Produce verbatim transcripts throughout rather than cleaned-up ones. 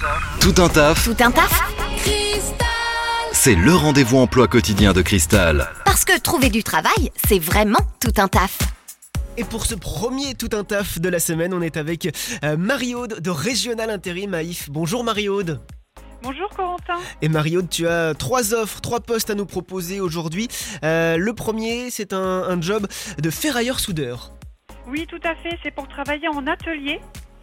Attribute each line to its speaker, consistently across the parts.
Speaker 1: Tout un taf,
Speaker 2: Tout un taf?
Speaker 1: c'est le rendez-vous emploi quotidien de Cristal.
Speaker 2: Parce que trouver du travail, c'est vraiment tout un taf.
Speaker 3: Et pour ce premier tout un taf de la semaine, on est avec euh, Marie-Aude de Régional Intérim à Ifs. Bonjour Marie-Aude.
Speaker 4: Bonjour Corentin.
Speaker 3: Et Marie-Aude, tu as trois offres, trois postes à nous proposer aujourd'hui. Euh, le premier, c'est un, un job de ferrailleur-soudeur.
Speaker 4: Oui, tout à fait, c'est pour travailler en atelier.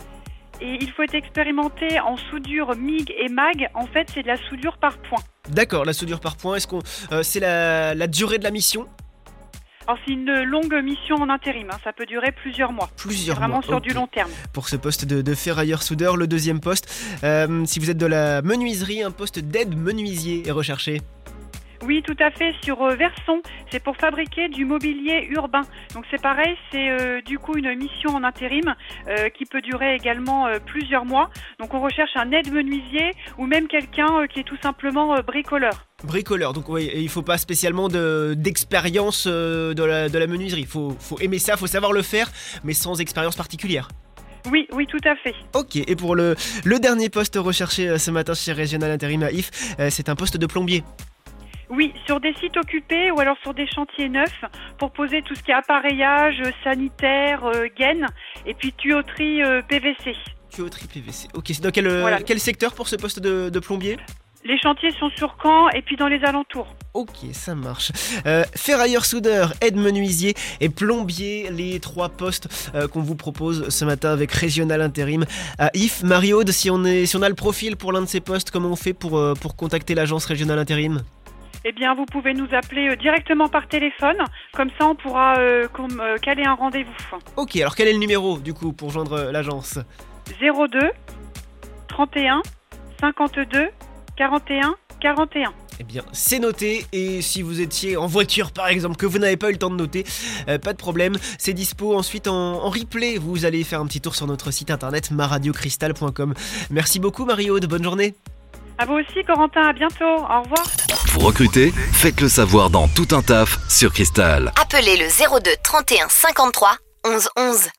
Speaker 4: Et il faut être expérimenté en soudure M I G et M A G. En fait, c'est de la soudure par point.
Speaker 3: D'accord, la soudure par point, est-ce qu'on, euh, c'est la, la durée de la mission ?
Speaker 4: Alors, c'est une longue mission en intérim, hein. Ça peut durer plusieurs mois.
Speaker 3: Plusieurs
Speaker 4: Vraiment
Speaker 3: mois,
Speaker 4: sur
Speaker 3: ok.
Speaker 4: du long terme.
Speaker 3: Pour ce poste de, de ferrailleur-soudeur, le deuxième poste, euh, si vous êtes de la menuiserie, un poste d'aide-menuisier est recherché.
Speaker 4: Oui, tout à fait, sur euh, Verson, c'est pour fabriquer du mobilier urbain. Donc c'est pareil, c'est euh, du coup une mission en intérim euh, qui peut durer également euh, plusieurs mois. Donc on recherche un aide-menuisier ou même quelqu'un euh, qui est tout simplement euh, bricoleur.
Speaker 3: Bricoleur, donc oui, il faut pas spécialement de, d'expérience euh, de, la, de la menuiserie. Il faut, faut aimer ça, il faut savoir le faire, mais sans expérience particulière.
Speaker 4: Oui, oui, tout à fait.
Speaker 3: Ok, et pour le, le dernier poste recherché euh, ce matin chez Régional Intérim à Ifs, euh, c'est un poste de plombier.
Speaker 4: Oui, sur des sites occupés ou alors sur des chantiers neufs pour poser tout ce qui est appareillage, euh, sanitaire, euh, gaine et puis tuyauterie euh, P V C.
Speaker 3: Tuyauterie P V C. Ok, c'est dans quel, euh,
Speaker 4: Voilà.
Speaker 3: quel secteur pour ce poste de, de plombier ?
Speaker 4: Les chantiers sont sur Caen et puis dans les alentours.
Speaker 3: Ok, ça marche. Euh, ferrailleur-soudeur, aide-menuisier et plombier, les trois postes euh, qu'on vous propose ce matin avec Régional Intérim à Ifs. Marie-Aude, si on, est, si on a le profil pour l'un de ces postes, comment on fait pour, euh, pour contacter l'agence Régional Intérim ?
Speaker 4: Eh bien, vous pouvez nous appeler euh, directement par téléphone. Comme ça, on pourra euh, com- euh, caler un rendez-vous.
Speaker 3: Ok, alors quel est le numéro du coup pour joindre euh, l'agence ?
Speaker 4: zéro deux trente et un cinquante-deux quarante et un quarante et un.
Speaker 3: Eh bien, c'est noté, et si vous étiez en voiture par exemple, que vous n'avez pas eu le temps de noter, euh, pas de problème, c'est dispo ensuite en, en replay. Vous allez faire un petit tour sur notre site internet ma radio cristal point com. Merci beaucoup Marie-Aude, bonne journée.
Speaker 4: À vous aussi, Corentin. À bientôt. Au revoir.
Speaker 1: Vous recrutez ? Faites le savoir dans Tout un taf sur Cristal.
Speaker 2: Appelez le zéro deux trente et un cinquante-trois onze onze.